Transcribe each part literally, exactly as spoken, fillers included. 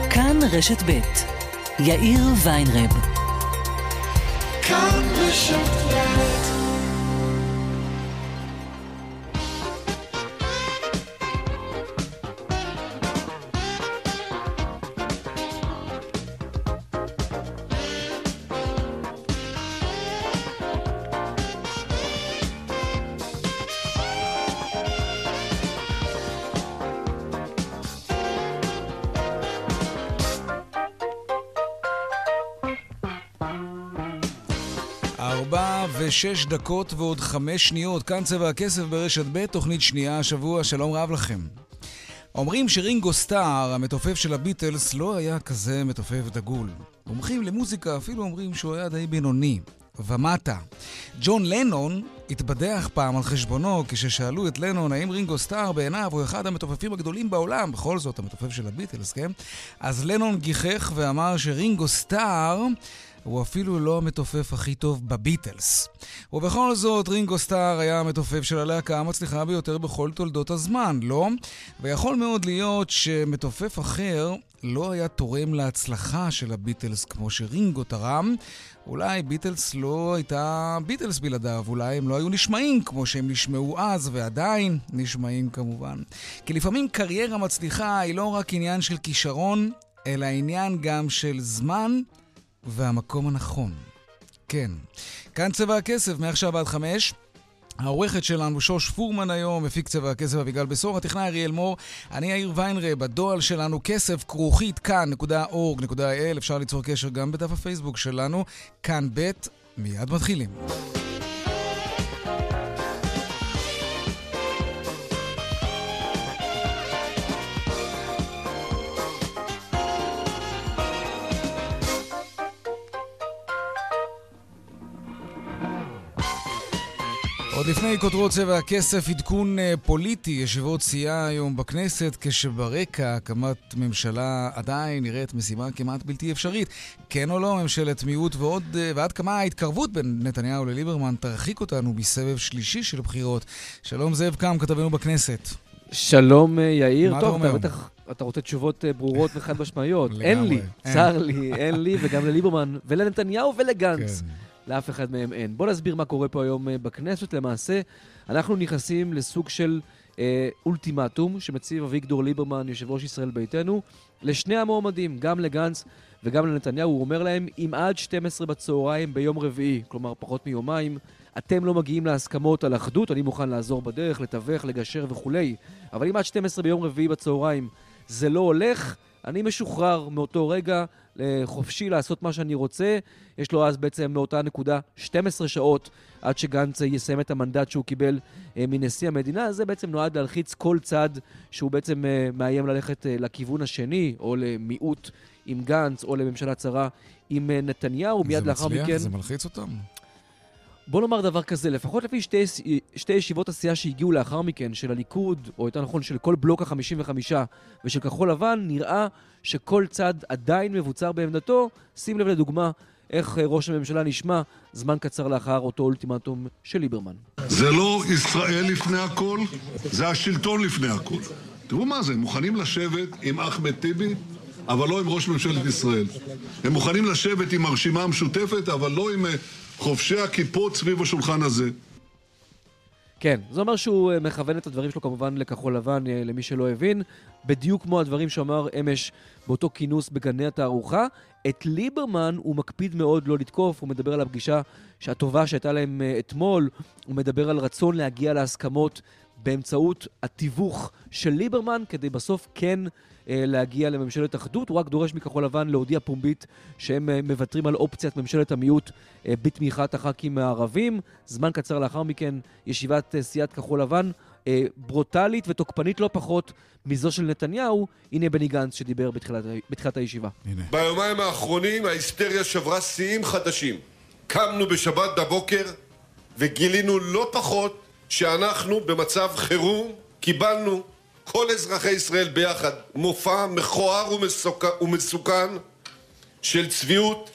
כאן רשת ב' יאיר ויינרב. כאן רשת ב'. ארבע ושש דקות ועוד חמש שניות, כאן צבע הכסף ברשת ב', תוכנית שנייה השבוע, שלום רב לכם. אומרים שרינגו סטאר, המתופף של הביטלס, לא היה כזה מתופף דגול. מומחים למוזיקה אפילו אומרים שהוא היה די בינוני ומטה. ג'ון לנון התבדח פעם על חשבונו כששאלו את לנון האם רינגו סטאר בעיניו הוא אחד המתופפים הגדולים בעולם, בכל זאת המתופף של הביטלס, כן? אז לנון גיחך ואמר שרינגו סטאר הוא אפילו לא המתופף הכי טוב בביטלס. ובכל זאת, רינגו סטאר היה המתופף של הלהקה המצליחה ביותר בכל תולדות הזמן, לא? ויכול מאוד להיות שמתופף אחר לא היה תורם להצלחה של הביטלס כמו שרינגו תרם. אולי ביטלס לא הייתה ביטלס בלעדיו, אולי הם לא היו נשמעים כמו שהם נשמעו אז, ועדיין נשמעים כמובן. כי לפעמים קריירה מצליחה היא לא רק עניין של כישרון, אלא עניין גם של זמן והמקום הנכון. כן. כאן צבע הכסף, מעכשיו עד חמש. העורכת שלנו שוש פורמן היום, מפיק צבע הכסף אביגל בסור, הטכנאי אריאל מור, אני יאיר ויינרב, הדואל שלנו כסף כרוכית כאן נקודה אורג נקודה איי אל, אפשר ליצור קשר גם בדף הפייסבוק שלנו, כאן ב', מיד מתחילים. עוד לפני כותרות צבע הכסף, עדכון פוליטי, ישיבות סיעה היום בכנסת, כשברקע הקמת ממשלה עדיין נראית משימה כמעט בלתי אפשרית. כן או לא, ממשלת מיעוט ועוד, ועד כמה ההתקרבות בין נתניהו לליברמן תרחיק אותנו בסבב שלישי של בחירות. שלום זאב קם, כתבנו בכנסת. שלום יאיר, מה טוב, אתה אתה בטח, אתה רוצה תשובות ברורות וחד משמעיות. אין לי, צר לי, אין לי, וגם לליברמן ולנתניהו ולגנץ. כן. לאף אחד מהם אין. בוא נסביר מה קורה פה היום בכנסת. למעשה, אנחנו נכנסים לסוג של אה, אולטימטום שמציב אביגדור ליברמן, יושב ראש ישראל ביתנו, לשני המועמדים, גם לגנץ וגם לנתניהו. הוא אומר להם, אם עד שתים עשרה בצהריים ביום רביעי, כלומר פחות מיומיים, אתם לא מגיעים להסכמות על אחדות, אני מוכן לעזור בדרך, לתווך, לגשר וכולי. אבל אם עד שתים עשרה ביום רביעי בצהריים זה לא הולך, אני משוחרר מאותו רגע חופשי לעשות מה שאני רוצה. יש לו אז בעצם מאותה נקודה שתים עשרה שעות עד שגנץ יסיים את המנדט שהוא קיבל מנשיא המדינה. זה בעצם נועד להלחיץ כל צד שהוא בעצם מאיים ללכת לכיוון השני, או למיעוט עם גנץ, או לממשלה צרה עם נתניהו. מיד לאחר מכן... זה מצליח? זה מלחיץ אותם? בוא נאמר דבר כזה, לפחות לפי שתי, שתי ישיבות הסיעה שהגיעו לאחר מכן, של הליכוד, או יותר נכון של כל בלוק ה-חמישים וחמש ושל כחול לבן, נראה שכל צד עדיין מבוצר בעמדתו. שים לב לדוגמה איך ראש הממשלה נשמע זמן קצר לאחר אותו אולטימטום של ליברמן. זה לא ישראל לפני הכל, זה השלטון לפני הכל. תראו מה זה, הם מוכנים לשבת עם אחמד טיבי, אבל לא עם ראש ממשלת ישראל. הם מוכנים לשבת עם הרשימה המשותפת, אבל לא עם חובשי הכיפות סביב השולחן הזה. כן, זה אומר שהוא מכוון את הדברים שלו כמובן לכחול לבן, למי שלא הבין, בדיוק כמו הדברים שאמר אמש באותו כינוס בגני התערוכה. את ליברמן הוא מקפיד מאוד לא לתקוף, הוא מדבר על הפגישה שהטובה שהייתה להם אתמול, הוא מדבר על רצון להגיע להסכמות באמצעות התיווך של ליברמן, כדי בסוף כן להגיע לממשלת אחדות. הוא רק דורש מכחול לבן להודיע פומבית שהם מוותרים על אופציית ממשלת המיעוט בתמיכת הח"כים הערבים. זמן קצר לאחר מכן ישיבת סיעת כחול לבן, ברוטלית ותוקפנית לא פחות מזו של נתניהו. הנה בני גנץ שדיבר בתחילת, בתחילת הישיבה. הנה. ביומיים האחרונים ההיסטריה שברה שיאים חדשים. קמנו בשבת בבוקר וגילינו לא פחות שאנחנו במצב חירום. קיבלנו כל אזרחי ישראל ביחד מופע מכוער ומסוכן של צביעות,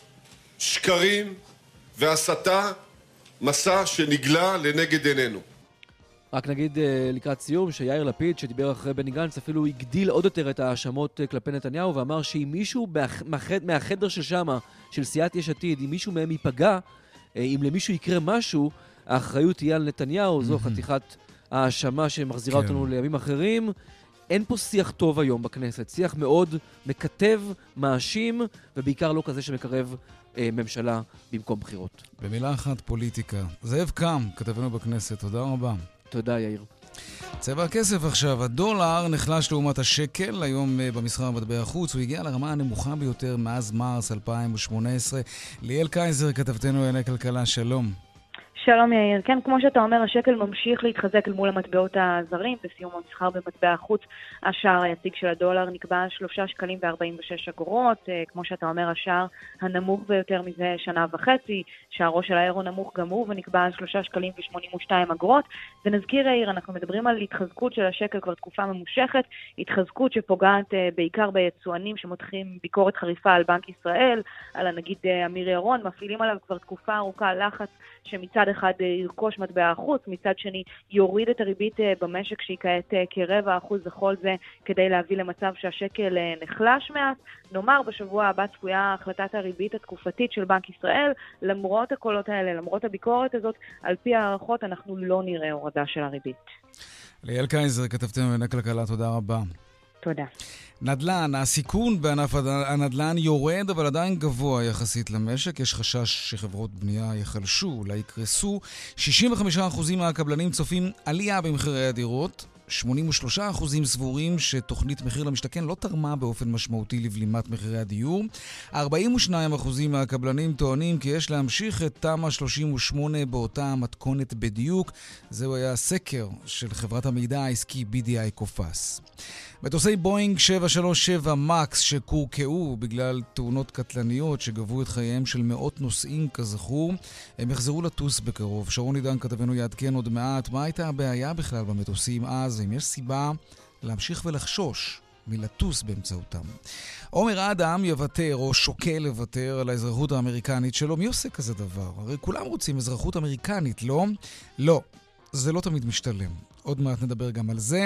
שקרים והסתה, מסע שנגלה לנגד עינינו. רק נגיד לקראת סיום שיאיר לפיד שדיבר אחרי בני גנץ אפילו הגדיל עוד יותר את האשמות כלפי נתניהו ואמר שאם מישהו מהחדר של שמה, של סיעת יש עתיד, אם מישהו מהם ייפגע, אם למישהו יקרה משהו, האחריות תהיה על נתניהו, זו חתיכת האשמה שמחזירה אותנו לימים אחרים. אין פה שיח טוב היום בכנסת, שיח מאוד מקטב, מאשים, ובעיקר לא כזה שמקרב אה, ממשלה במקום בחירות. במילה אחת, פוליטיקה. זאב קם, כתבנו בכנסת, תודה רבה. תודה, יאיר. צבע הכסף עכשיו, הדולר נחלש לעומת השקל, היום במסחר מטבע החוץ, הוא הגיע לרמה הנמוכה ביותר מאז מרס אלפיים שמונה עשרה. ליאל קייזר, כתבתנו לענייני כלכלה, שלום. שלום יאיר, כן, כמו שאתה אומר, השקל ממשיך להתחזק אל מול המטבעות הזרים, בסיום המסחר במטבע החוץ, השער היציג של הדולר נקבע שלושה שקלים וארבעים ושש אגורות, כמו שאתה אומר, השער הנמוך ביותר מזה שנה וחצי, שערו של האירו נמוך גם הוא, ונקבע שלושה שקלים ושמונים ושתיים אגורות, ונזכיר יאיר, אנחנו מדברים על התחזקות של השקל כבר תקופה ממושכת, התחזקות שפוגעת בעיקר ביצואנים שמותחים ביקורת חריפה על בנק ישראל, על הנגיד אמיר ירון, מפעילים עליו כבר תקופה ארוכה לחץ שמצד אחד ירכוש מטבע החוץ, מצד שני יוריד את הריבית במשק שהיא כעת כרבע אחוז וכל זה כדי להביא למצב שהשקל נחלש מעט. נאמר בשבוע הבא צפויה החלטת הריבית התקופתית של בנק ישראל, למרות הקולות האלה, למרות הביקורת הזאת, על פי הערכות אנחנו לא נראה הורדה של הריבית. ליאל קייזר, כתבתנו לענייני כלכלה, תודה רבה. תודה. נדל"ן, הסיכון בענף הנדל"ן יורד, אבל עדיין גבוה יחסית למשק. יש חשש שחברות בנייה יחלשו, אולי יקרסו. שישים וחמישה אחוז מהקבלנים צופים עלייה במחירי הדירות. שמונים ושלושה אחוז סבורים שתוכנית מחיר למשתכן לא תרמה באופן משמעותי לבלימת מחירי הדיור. ארבעים ושניים אחוז מהקבלנים טוענים כי יש להמשיך את תמ"א שלושים ושמונה באותה המתכונת בדיוק. זהו היה סקר של חברת המידע העסקי בי די איי קופס. מטוסי בואינג שבע שלוש שבע מקס שקורקעו בגלל תאונות קטלניות שגבו את חייהם של מאות נוסעים כזכור, הם יחזרו לטוס בקרוב. שרון עידן כתבנו יעדכן עוד מעט מה הייתה הבעיה בכלל במטוסים אז, אם יש סיבה להמשיך ולחשוש מלטוס באמצעותם. עומר אדם יוותר או שוקל לוותר על האזרחות האמריקנית שלו. מי עושה כזה דבר? הרי כולם רוצים אזרחות אמריקנית, לא? לא. זה לא תמיד משתלם. עוד מעט נדבר גם על זה.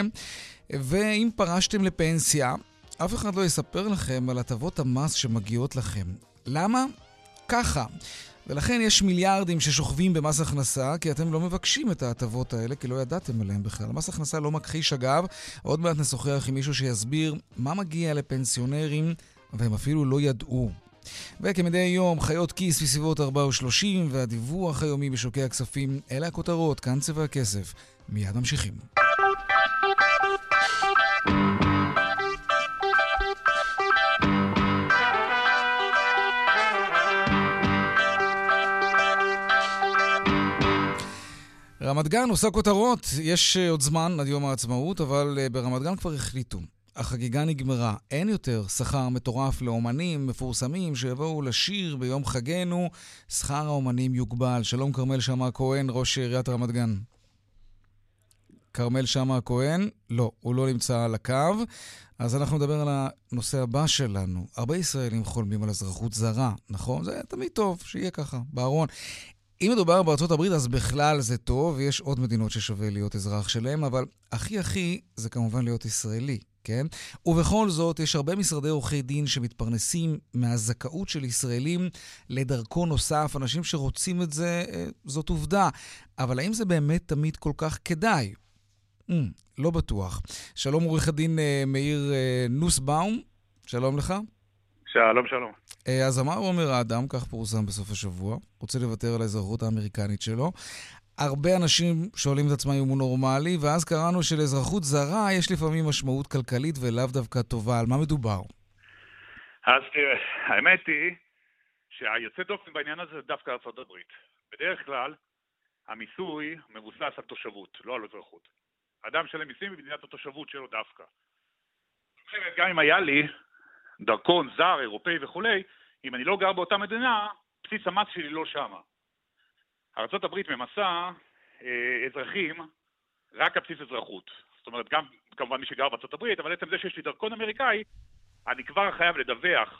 ואם פרשתם לפנסיה, אף אחד לא יספר לכם על הטבות המס שמגיעות לכם. למה? ככה. ולכן יש מיליארדים ששוכבים במס הכנסה, כי אתם לא מבקשים את ההטבות האלה, כי לא ידעתם עליהם בכלל. מס הכנסה לא מכחיש אגב. עוד מעט נשוחח עם מישהו שיסביר מה מגיע לפנסיונרים, והם אפילו לא ידעו. וכמדי יום, חיות כיס בסביבות ארבע ושלושים, והדיווח היומי בשוקי הכספים. אלה הכותרות, כאן צבע הכסף. מיד ממשיכים. רמת גן עושה כותרות, יש עוד זמן עד יום העצמאות, אבל ברמת גן כבר החליטו. החגיגה נגמרה, אין יותר שכר מטורף לאומנים מפורסמים שיבואו לשיר ביום חגנו, שכר האומנים יוגבל. שלום כרמל שמה הכהן, ראש עיריית רמת גן. כרמל שמה הכהן? לא, הוא לא נמצא על הקו. אז אנחנו נדבר על הנושא הבא שלנו. הרבה ישראלים חולמים על אזרחות זרה, נכון? זה תמיד טוב, שיהיה ככה, בארון. אם מדובר בארצות הברית, אז בכלל זה טוב, ויש עוד מדינות ששווה להיות אזרח שלהם, אבל הכי הכי זה כמובן להיות ישראלי, כן? ובכל זאת, יש הרבה משרדי עורכי דין שמתפרנסים מהזכאות של ישראלים לדרכון נוסף, אנשים שרוצים את זה, זאת עובדה. אבל האם זה באמת תמיד כל כך כדאי? Mm, לא בטוח. שלום עורך הדין מאיר נוסבאום, שלום לך. שלום, שלום. אז אמר עומר אדם, כך פורסם בסוף השבוע, רוצה לוותר על האזרחות האמריקנית שלו. הרבה אנשים שואלים את עצמם אם הוא נורמלי, ואז קראנו שלאזרחות זרה יש לפעמים משמעות כלכלית ולאו דווקא טובה. על מה מדובר? אז תראה, האמת היא שהיוצא דופן בעניין הזה זה דווקא ארצות הברית. בדרך כלל, המיסוי מבוסס על תושבות, לא על אזרחות. אדם שלם מיסים במדינת התושבות שלו דווקא. גם אם היה לי דרכון זר, אירופאי וכולי, אם אני לא גר באותה מדינה, בסיס המס שלי לא שמה. ארצות הברית ממסה אה, אזרחים רק על בסיס אזרחות. זאת אומרת, גם כמובן מי שגר בארצות הברית, אבל עצם זה שיש לי דרכון אמריקאי, אני כבר חייב לדווח.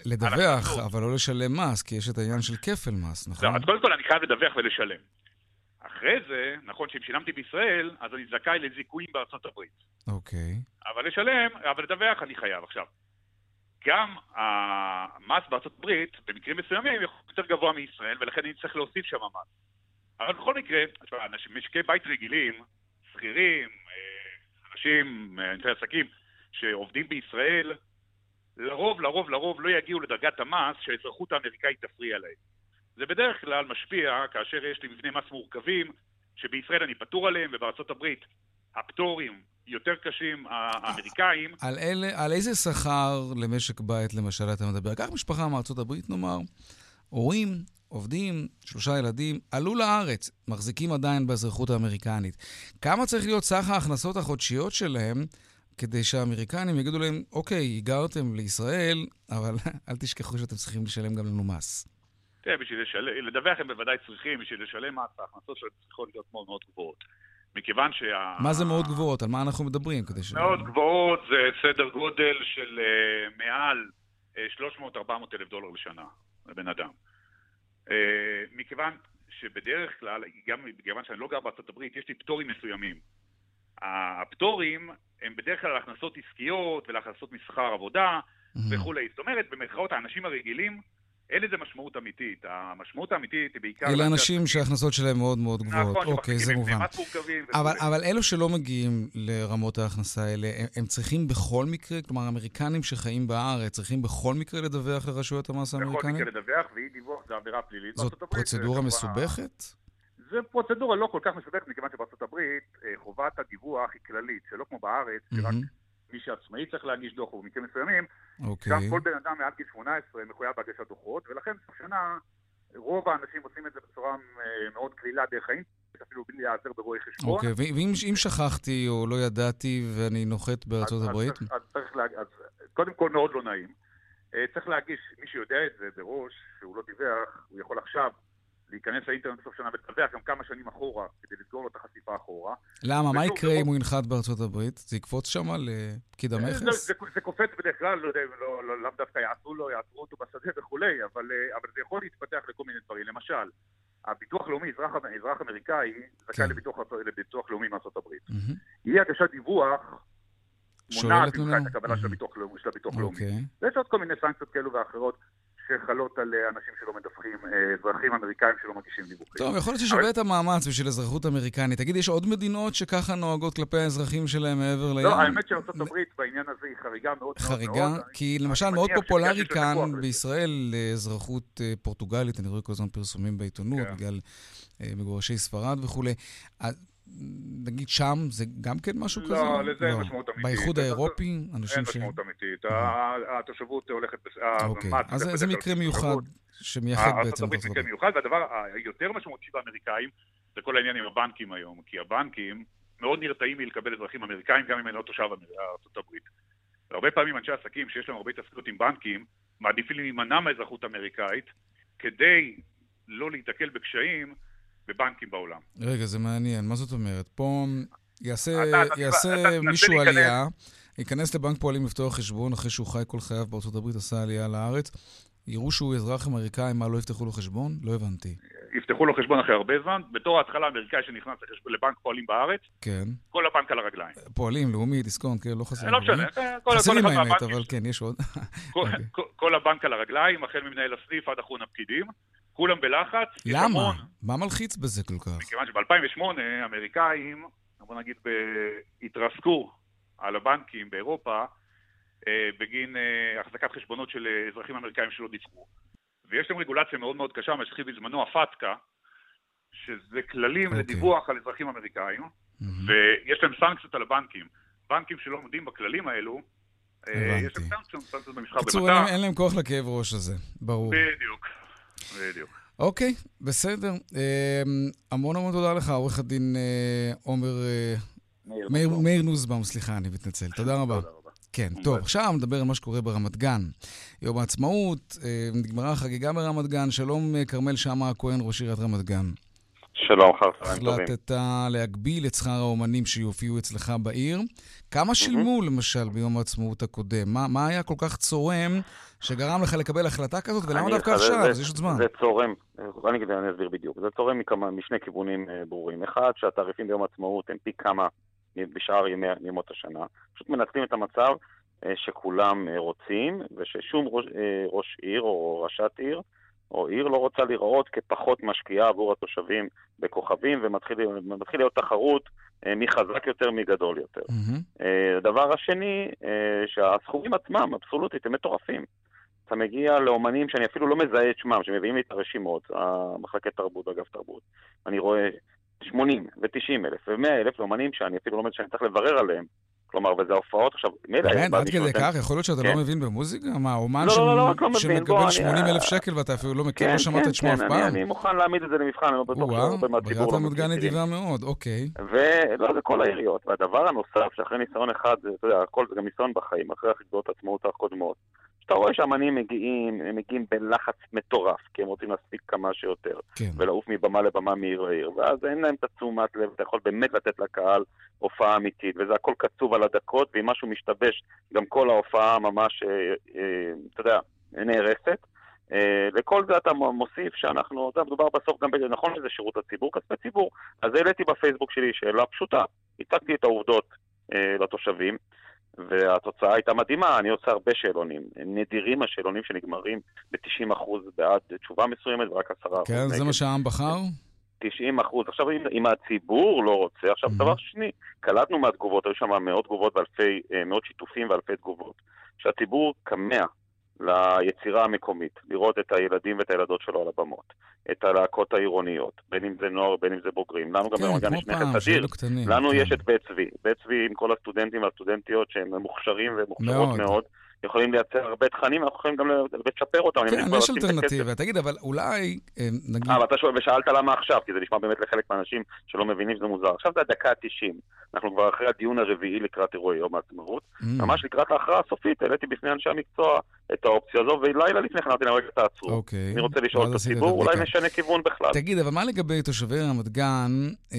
לדווח, אבל לא לשלם מס, כי יש את העניין של כפל מס, נכון? אז קודם כל אני חייב לדווח ולשלם. אחרי זה, נכון שאם שילמתי בישראל, אז אני זכאי לזיכויים בארצות הברית. אוקיי. אבל לשלם, אבל לדווח אני חייב. עכשיו, גם המס בארצות הברית, במקרים מסוימים, יכול יותר גבוה מישראל, ולכן אני צריך להוסיף שם מס. אבל בכל מקרה, משקי בית רגילים, שכירים, אנשים, אנשי עסקים, שעובדים בישראל, לרוב, לרוב, לרוב לא יגיעו לדרגת המס שהאזרחות האמריקאית תפריע להם. זה בדרך כלל משפיע כאשר יש לי מבנה מס מורכבים, שבישראל אני פטור עליהם, ובארצות הברית הפטורים יותר קשים, האמריקאים. על, אלה, על איזה שכר למשק בית למשל אתה מדבר? כך משפחה מארצות הברית נאמר, הורים, עובדים, שלושה ילדים, עלו לארץ, מחזיקים עדיין באזרחות האמריקנית. כמה צריך להיות סך ההכנסות החודשיות שלהם, כדי שהאמריקנים יגידו להם, אוקיי, הגרתם לישראל, אבל אל תשכחו שאתם צריכים לשלם גם לנו מס. תראה, בשביל לשלם, לדווח הם בוודאי צריכים, בשביל לשלם מס, ההכנסות שלהם צריכות להיות מאוד מאוד גבוהות. מכיוון שה... מה זה מאוד גבוהות? על מה אנחנו מדברים? כדי ש... מאוד גבוהות זה סדר גודל של uh, מעל uh, שלוש מאות עד ארבע מאות אלף דולר לשנה, לבן אדם. Uh, מכיוון שבדרך כלל, גם מכיוון שאני לא גר בארצות הברית, יש לי פטורים מסוימים. הפטורים הם בדרך כלל להכנסות עסקיות ולהכנסות מסחר עבודה mm-hmm. וכולי. זאת אומרת, במרכאות האנשים הרגילים, אין לזה משמעות אמיתית. המשמעות האמיתית היא בעיקר... אלה אנשים שההכנסות שלהם מאוד מאוד גבוהות. נכון, אוקיי, זה מובן. אבל, אבל אלו שלא מגיעים לרמות ההכנסה האלה, הם, הם צריכים בכל מקרה, כלומר, האמריקנים שחיים בארץ, צריכים בכל מקרה לדווח לרשויות המס האמריקנית? בכל מקרה לדווח, ואי דיווח זה עבירה פלילית. זאת פרוצדורה מסובכת? זו פרוצדורה לא כל כך מסובכת, מכיוון שבארצות הברית חובת הדיווח היא כללית, שלא כמו בארץ, שרק מי שעצמאי צריך להגיש דוח ובמקרים מסוימים, שם כל בן אדם מעל גיל שמונה עשרה מחויב בהגשת דוחות, ולכן בסוף שנה רוב האנשים עושים את זה בצורה מאוד קלילה דרך האינטרנט, אפילו בלי להיעזר ברואי חשבון. אוקיי, ואם שכחתי או לא ידעתי ואני נוחת בארצות הברית? אז צריך להגיש, קודם כל מאוד לא נעים. צריך להגיש, מי שיודע את זה בראש, שהוא לא דיווח, הוא יכול עכשיו להיכנס לאינטרנט בסוף שנה ולדווח גם כמה שנים אחורה, כדי לסגור לו את החשיפה אחורה. למה? מה יקרה אם הוא ינחת בארצות הברית? זה יקפוץ שם לפקיד המכס? זה קופץ בדרך כלל, לא יודע, לאו דווקא יעשו לו, יעצרו אותו בשדה וכולי, אבל זה יכול להתפתח לכל מיני דברים. למשל, הביטוח לאומי, אזרח אמריקאי, זכאי לביטוח לאומי מארצות הברית. היא הגשת דיווח מונעת את הקבלה של הביטוח לאומי. ויש עוד כל מיני סנקציות כאלו ואחרות שחלות על אנשים שלא מדווחים, אזרחים אמריקאים שלא מגישים דיווחים. טוב, יכול להיות ששווה את המאמץ בשביל אזרחות אמריקנית. תגיד, יש עוד מדינות שככה נוהגות כלפי האזרחים שלהם מעבר לים? לא, האמת שארצות הברית בעניין הזה היא חריגה מאוד מאוד. חריגה? כי למשל מאוד פופולרי כאן בישראל לאזרחות פורטוגלית, אני רואה כל הזמן פרסומים בעיתונות, בגלל מגורשי ספרד וכולי. נגיד שם, זה גם כן משהו כזה? לא, לזה אין משמעות אמיתית. באיחוד האירופי? אין משמעות אמיתית. התושבות הולכת... אוקיי, אז זה מקרה מיוחד שמייחד בעצם. ארצות הברית זה מקרה מיוחד, והדבר היותר משמעותי באמריקאים זה כל העניין עם הבנקים היום, כי הבנקים מאוד נרתעים מלקבל אזרחים אמריקאים, גם אם אין לא תושב ארצות הברית. הרבה פעמים אנשי עסקים שיש להם הרבה התעסקות עם בנקים, מעדיפים להימנע מהאזרחות האמריקאית, כדי לא להתקל בקשיים בבנקים בעולם. רגע, זה מעניין. מה זאת אומרת? פה יעשה, יעשה מישהו עלייה, ייכנס לבנק פועלים לפתוח חשבון, אחרי שהוא חי כל חייו בארצות הברית, עשה עלייה לארץ, יראו שהוא אזרח אמריקאי, מה, לא יפתחו לו חשבון? לא הבנתי. יפתחו לו חשבון אחרי הרבה זמן. בתור ההתחלה האמריקאי שנכנס לבנק פועלים בארץ, כן. כל הבנק על הרגליים. פועלים, לאומי, דיסקונט, כן, לא חסרים. לא משנה. חסרים האמת, אבל כן, יש עוד. כל הבנק על הרגליים, החל ממנהל הסניף עד אחרון הפקידים. כולם בלחץ. למה? מה מלחיץ בזה כל כך? מכיוון שב-אלפיים ושמונה האמריקאים, בוא נגיד, התרסקו על הבנקים באירופה, בגין החזקת חשבונות של אזרחים אמריקאים שלא דיווחו. ויש להם רגולציה מאוד מאוד קשה, מה שהתחיל בזמנו הפתקה, שזה כללים לדיווח על אזרחים אמריקאים, ויש להם סנקציות על הבנקים. בנקים שלא עומדים בכללים האלו, יש להם סנקציות, סנקציות במשחק במטח. בקיצור, אין להם כוח לכאב ראש הזה, ברור. בדיוק. בדיוק. אוקיי, בסדר. המון המון תודה לך, עורך הדין עומר... מאיר נוסבאום, סליחה, אני מתנצל. תודה רבה. כן, טוב, עכשיו נדבר על מה שקורה ברמת גן. יום העצמאות, נגמרה חגיגה ברמת גן. שלום, כרמל שמה הכהן, ראש עיריית רמת גן. שלום, חרצרים טובים. החלטת להגביל את שכר האומנים שיופיעו אצלך בעיר. כמה שילמו למשל ביום העצמאות הקודם? מה, מה היה כל כך צורם שגרם לך לקבל החלטה כזאת, ולמה דווקא עכשיו? אז יש עוד זמן. זה צורם, אני, אני אסביר בדיוק. זה צורם מכמה, משני כיוונים ברורים. אחד, שהתעריפים ביום העצמאות הם פי כמה בשאר ימי, ימות השנה. פשוט מנצלים את המצב שכולם רוצים, וששום ראש, ראש עיר או ראשת עיר או עיר לא רוצה לראות כפחות משקיעה עבור התושבים בכוכבים, ומתחיל להיות תחרות מי חזק יותר, מי גדול יותר. Mm-hmm. הדבר השני, שהסכומים עצמם, אבסולוטית, הם מטורפים. אתה מגיע לאומנים שאני אפילו לא מזהה את שמם, שמביאים לי את הרשימות, המחלקת תרבות, אגב תרבות. אני רואה שמונים ו-תשעים אלף ו-מאה אלף לאומנים שאני אפילו לא מבין שאני צריך לברר עליהם. כלומר, וזה ההופעות, עכשיו... כן, עד כדי כך, יכול להיות שאתה לא מבין במוזיקה? מה, אומן שמקבל שמונים אלף שקל ואתה אפילו לא מכיר, לא שמעת את שמו אף פעם? אני מוכן להעמיד את זה למבחן, אני לא בטוח שהוא בציבור. בעירת רמת גן נדיבה מאוד, אוקיי. ולא, זה כל העיריות. והדבר הנוסף, שאחרי ניסיון אחד, אתה יודע, הכל זה גם ניסיון בחיים, אחרי החגיגות עצמאות הקודמות, שאתה רואה שהאמנים מגיעים, הם מגיעים בלחץ מטורף, כי הם רוצים להספיק כמה שיותר, ולעוף מבמה לבמה מעיר לעיר, ואז אין להם את התשומת לב, אתה יכול באמת לתת לקהל הופעה אמיתית, וזה הכל קצוב על הדקות, ואם משהו משתבש, גם כל ההופעה ממש, אתה יודע, נהרסת. לכל זה אתה מוסיף שאנחנו, זה מדובר בסוף גם, נכון שזה שירות הציבור, כספי ציבור, אז העליתי בפייסבוק שלי שאלה פשוטה, הצגתי את העובדות לתושבים, והתוצאה הייתה מדהימה, אני עושה הרבה שאלונים, נדירים השאלונים שנגמרים ב-תשעים אחוז בעד תשובה מסוימת ורק עשרה אחוז. כן, זה מה שהעם בחר? תשעים אחוז. עכשיו, אם, אם הציבור לא רוצה, עכשיו, דבר שני, קלטנו מהתגובות, היו שם מאות תגובות ואלפי, מאות שיתופים ואלפי תגובות, שהציבור קמע ליצירה המקומית, לראות את הילדים ואת הילדות שלו על הבמות, את הלהקות העירוניות, בין אם זה נוער, בין אם זה בוגרים. לנו גם במגן יש נכס אדיר. לנו יש את בית צבי. בית צבי עם כל הסטודנטים והסטודנטיות שהם מוכשרים ומוכשרות מאוד. יכולים לייצר הרבה תכנים, אנחנו יכולים גם לצ'פר אותם. כן, יש אלטרנטיבה. תגיד, אבל אולי, נגיד... אה, ואתה שואל, ושאלת למה עכשיו, כי זה נשמע באמת לחלק מהאנשים שלא מבינים שזה מוזר. עכשיו זה הדקה ה-תשעים. אנחנו כבר אחרי הדיון הרביעי לקראת אירועי יום העצמאות. ממש לקראת ההכרעה הסופית, העליתי בפני אנשי המקצוע את האופציה הזו, ולילה לפני כן אמרתי להם, רגע, תעצרו. אני רוצה לשאול את הציבור, אולי נשנה כיוון בכלל. תגיד, אבל מה לגבי תושבי רמת גן?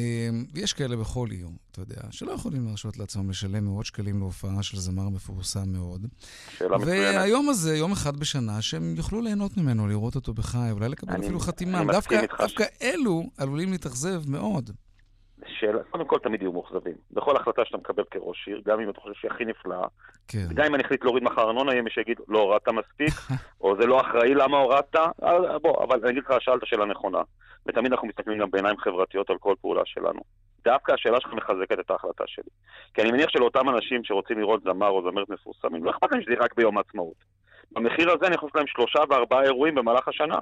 יש כאלה בכל עיר, אתה יודע, שלא יכולים להרשות לעצמם לשלם מאות שקלים להופעה של זמר מפורסם מאוד. והיום הזה, יום אחד בשנה, שהם יוכלו ליהנות ממנו, לראות אותו בחי, אולי לקבל אפילו חתימה. דווקא אלו עלולים להתאכזב מאוד. שאלה, קודם כל תמיד יהיו מוחזבים. בכל החלטה שאתה מקבל כראש עיר, גם אם אתה חושב שהיא הכי נפלאה, גם אם אני החליט להוריד מחר ארנונה, יהיה מי שיגיד, לא הורדת מספיק, או זה לא אחראי למה הורדת, בוא, אבל אני אגיד לך, שאלת שאלה נכונה. ותמיד אנחנו מסתכלים גם בעיניים חברתיות על כל פעולה שלנו. דווקא השאלה שלך מחזקת את ההחלטה שלי. כי אני מניח שלאותם אנשים שרוצים לראות זמר או זמרת מפורסמים, לא אכפת להם שזה רק ביום העצמאות. במחיר הזה אני חושב להם שלושה וארבעה אירועים במהלך השנה.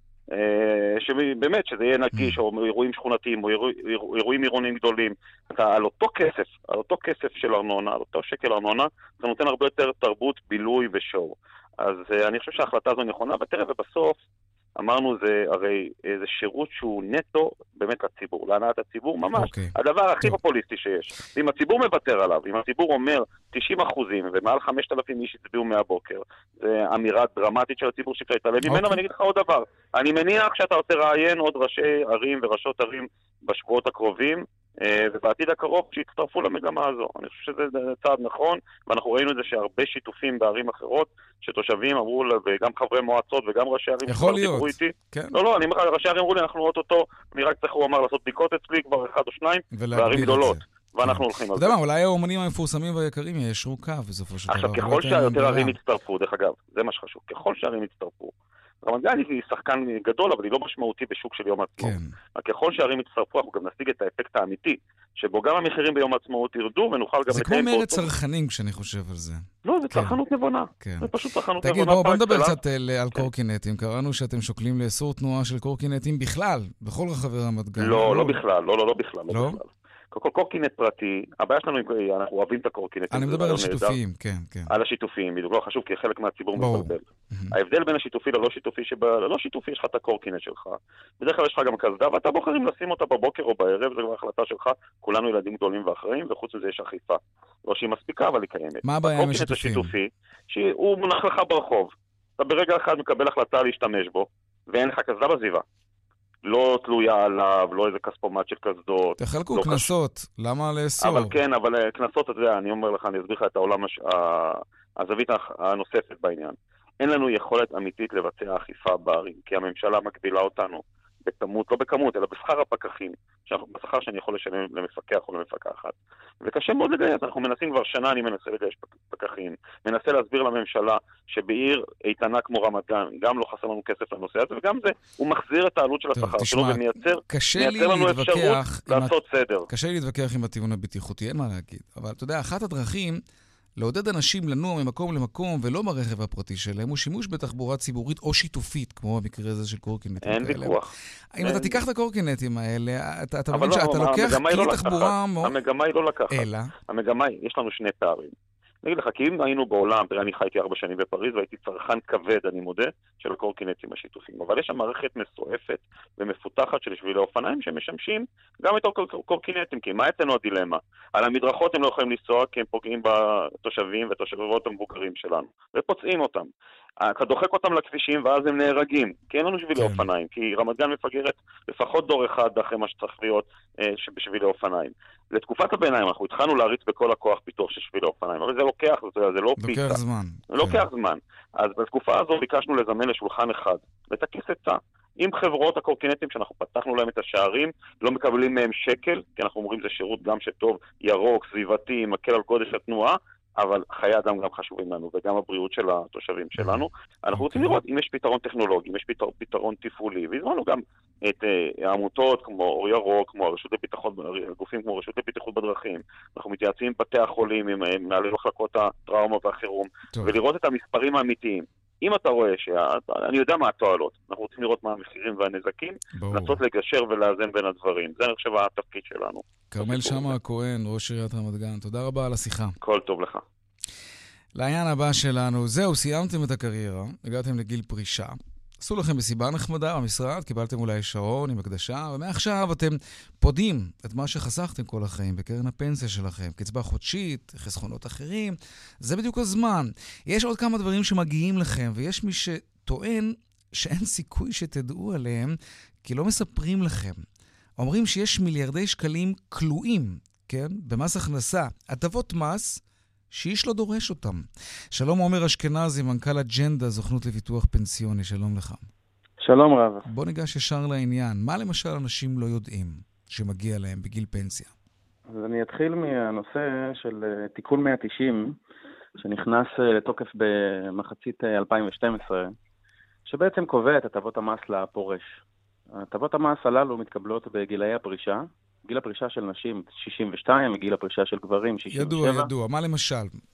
שבאמת, שזה יהיה נגיש, או אירועים שכונתיים, או אירועים עירוניים גדולים. אתה על אותו כסף, על אותו כסף של ארנונה, על אותו שקל ארנונה, אתה נותן הרבה יותר תרבות, בילוי ושואו. אז אני חושב שההחלטה הזו נכונה, ותראה, ובסוף, אמרנו, זה הרי זה שירות שהוא נטו באמת לציבור, להנעת הציבור ממש. Okay. הדבר הכי פופוליסטי שיש. אם הציבור מוותר עליו, אם הציבור אומר תשעים אחוזים ומעל חמשת אלפים איש הצביעו מהבוקר, זה אמירה דרמטית של הציבור שקראת עליו ממנו, okay. ואני אגיד לך עוד דבר. אני מניח שאתה רוצה ראיין עוד ראשי ערים וראשות ערים בשבועות הקרובים, ובעתיד הקרוב שיצטרפו למגמה הזו. אני חושב שזה צעד נכון, ואנחנו ראינו את זה שהרבה שיתופים בערים אחרות, שתושבים אמרו, וגם חברי מועצות וגם ראשי ערים יכול להיות. כן. לא, לא, אני אומר, ראשי ערים אמרו לי, אנחנו רואות אותו, אני רק צריך, הוא אמר, לעשות בדיקות אצלי, כבר אחד או שניים, בערים גדולות. ואנחנו הולכים על זה. אתה יודע מה, אולי האומנים המפורסמים והיקרים ישרו קו בסופו של דבר. עכשיו, ככל שיותר ערים יצטרפו, דרך אגב, זה מה שחשוב, ככל שערים יצטרפו, רמת גן היא שחקן גדול, אבל היא לא משמעותי בשוק של יום העצמאות. כן. ככל שהערים יצטרפו, אנחנו גם נשיג את האפקט האמיתי, שבו גם המחירים ביום העצמאות ירדו, ונוכל גם... זה כמו מרד צרכנים, כשאני חושב על זה. לא, זה צרכנות נבונה. כן. זה פשוט צרכנות תגיד, נבונה. תגיד, בואו נדבר קצת על קורקינטים. קראנו שאתם שוקלים לאסור תנועה של קורקינטים בכלל, בכל רחבי רמת גן. לא, לא בכלל, לא, לא, לא בכלל. לא? כל קורקינט פרטי, הבעיה שלנו, אנחנו אוהבים את הקורקינט. אני מדבר על שיתופיים, כן, כן. על השיתופיים, בדיוק לא חשוב, כי חלק מהציבור מתבלבל. ההבדל בין השיתופי ללא שיתופי, שבלא שיתופי יש לך את הקורקינט שלך. בדרך כלל יש לך גם קסדה, ואתה בוחר אם לשים אותה בבוקר או בערב, זה כבר החלטה שלך, כולנו ילדים גדולים ואחראים, וחוץ מזה יש אכיפה. לא שהיא מספיקה, אבל היא קיימת. מה הבעיה עם השיתופים? הקורקינט השיתופי, שהוא מונח לך ברחוב. אתה ברגע אחד מקבל החלטה להשתמש בו, ואין לך קסדה בסביבה. לא תלויה עליו, לא איזה כספומט של קסדות. תחלקו לא קנסות, קש... למה לאסור? אבל כן, אבל קנסות, אתה יודע, אני אומר לך, אני אסביר לך את העולם, הש... הזווית הנוספת בעניין. אין לנו יכולת אמיתית לבצע אכיפה בערים, כי הממשלה מגבילה אותנו בכמות, לא בכמות, אלא בשכר הפקחים, בשכר שאני יכול לשלם למפקח או למפקחת. וקשה מאוד לגייס, אנחנו מנסים כבר שנה, אני מנסה לגייס פקחים, מנסה להסביר לממשלה שבעיר איתנה כמו רמת גן, גם לא חסר לנו כסף לנושא הזה, וגם זה, הוא מחזיר את העלות של השכר שלו ומייצר לנו אפשרות לעשות סדר. קשה לי להתווכח עם הטיעון הבטיחותי, אין מה להגיד. אבל אתה יודע, אחת הדרכים לעודד אנשים לנוע ממקום למקום ולא ברכב הפרטי שלהם, הוא שימוש בתחבורה ציבורית או שיתופית, כמו במקרה הזה של קורקינטים. אין ויכוח. אם אתה תיקח את הקורקינטים האלה, אתה מבין שאתה לוקח כלי תחבורה... המגמה היא לא לקחת. אלא? המגמה היא, יש לנו שני פערים. אני אגיד לך, כי אם היינו בעולם, תראה, אני חייתי ארבע שנים בפריז, והייתי צרכן כבד, אני מודה, של הקורקינטים השיתופיים. אבל יש שם מערכת מסועפת ומפותחת של שבילי אופניים שמשמשים גם את הקורקינטים, כי מה אצלנו הדילמה? על המדרכות הם לא יכולים לנסוע, כי הם פוגעים בתושבים ותושבות המבוגרים שלנו, ופוצעים אותם. אתה דוחק אותם לכבישים, ואז הם נהרגים, כי אין לנו שבילי כן. אופניים, כי רמת גן מפגרת לפחות דור אחד אחרי מה שצריך להיות אה, בשבילי אופניים. לתקופת הביניים, אנחנו התחלנו להריץ בכל הכוח פיתוח של שבילי אופניים, אבל זה לוקח, זה, זה לא פיצה. לוקח זמן. זה לוקח כן. זמן. אז בתקופה הזו ביקשנו לזמן לשולחן אחד, לטכס עצה. עם חברות הקורקינטים שאנחנו פתחנו להם את השערים, לא מקבלים מהם שקל, כי אנחנו אומרים זה שירות גם שטוב, ירוק, סביבתי, מקל על גודש התנועה, אבל חיי אדם גם חשובים לנו, וגם הבריאות של התושבים שלנו. אנחנו רוצים לראות אם יש פתרון טכנולוגי, אם יש פתרון, פתרון תפעולי, והזמנו גם את uh, העמותות כמו אור ירוק, כמו הרשות לביטחון, גופים כמו הרשות לבטיחות בדרכים. אנחנו מתייעצים עם בתי החולים, עם מנהלי מחלקות הטראומה והחירום, טוב. ולראות את המספרים האמיתיים. אם אתה רואה שאני יודע מה התועלות, אנחנו רוצים לראות מה המחירים והנזקים, לנסות לגשר ולאזן בין הדברים. זה אני חושב התפקיד שלנו. כרמל שמה הכהן, ראש עיריית רמת גן, תודה רבה על השיחה. כל טוב לך. לעניין הבא שלנו, זהו, סיימתם את הקריירה, הגעתם לגיל פרישה. עשו לכם מסיבה נחמדה במשרד, קיבלתם אולי שעון עם הקדשה, ומעכשיו אתם פודים את מה שחסכתם כל החיים בקרן הפנסיה שלכם, קצבה חודשית, חסכונות אחרים, זה בדיוק הזמן. יש עוד כמה דברים שמגיעים לכם, ויש מי שטוען שאין סיכוי שתדעו עליהם, כי לא מספרים לכם. אומרים שיש מיליארדי שקלים כלואים, כן? במס הכנסה, הטבות מס, שאיש לא דורש אותם. שלום עומר אשכנזי, מנכ"ל אג'נדה, סוכנות לביטוח פנסיוני, שלום לך. שלום רב. בוא ניגש ישר לעניין. מה למשל אנשים לא יודעים שמגיע להם בגיל פנסיה? אז אני אתחיל מהנושא של תיקון מאה תשעים, שנכנס לתוקף במחצית אלפיים ושתים עשרה, שבעצם קובע את הטבות המס לפורש. הטבות המס הללו מתקבלות בגילאי הפרישה, גיל הפרישה של נשים שישים ושתיים, וגיל הפרישה של גברים שישים ושבע. ידוע, ידוע. מה למשל?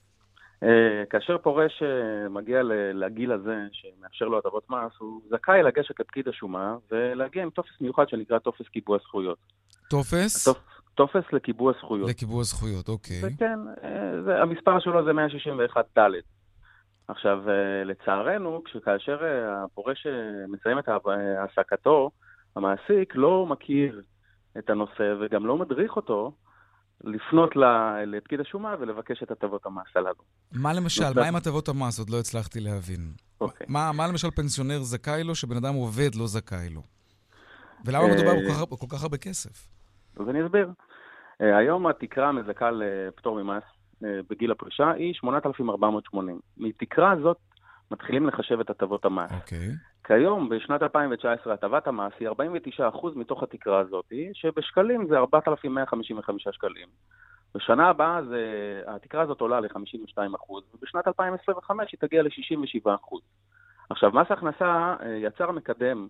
כאשר פורש מגיע לגיל הזה, שמאפשר לו הטבות מס, הוא זכאי לגשת לפקיד השומה, ולהגיע עם טופס מיוחד שנקרא טופס קיבוע זכויות. טופס? טופס לקיבוע זכויות. לקיבוע זכויות, אוקיי. וכן, המספר שלו זה מאה שישים ואחת ד'. עכשיו, לצערנו, כאשר הפורש מסיים את העסקתו, המעסיק לא מכיר את הנושא וגם לא מדריך אותו לפנות לפקיד השומה ולבקש את הטבות המס הללו. מה למשל? מה עם הטבות המס? עוד לא הצלחתי להבין. אוקיי. מה, מה למשל פנסיונר זכאי לו שבן אדם עובד לא זכאי לו? ולמה מדובר כל כך הרבה כסף? אז אני אסביר. היום התקרה המזכה לפטור ממס בגיל הפרישה היא שמונת אלפים ארבע מאות ושמונים. מתקרה הזאת מתחילים לחשב את הטבות המס. אוקיי. כיום, בשנת אלפיים ותשע עשרה, הטבת המס היא ארבעים ותשעה אחוז מתוך התקרה הזאת, שבשקלים זה ארבעת אלפים מאה חמישים וחמישה שקלים. בשנה הבאה זה, התקרה הזאת עולה ל-חמישים ושתיים אחוז, ובשנת אלפיים עשרים וחמש היא תגיע ל-שישים ושבעה אחוז. עכשיו, מס הכנסה יצר מקדם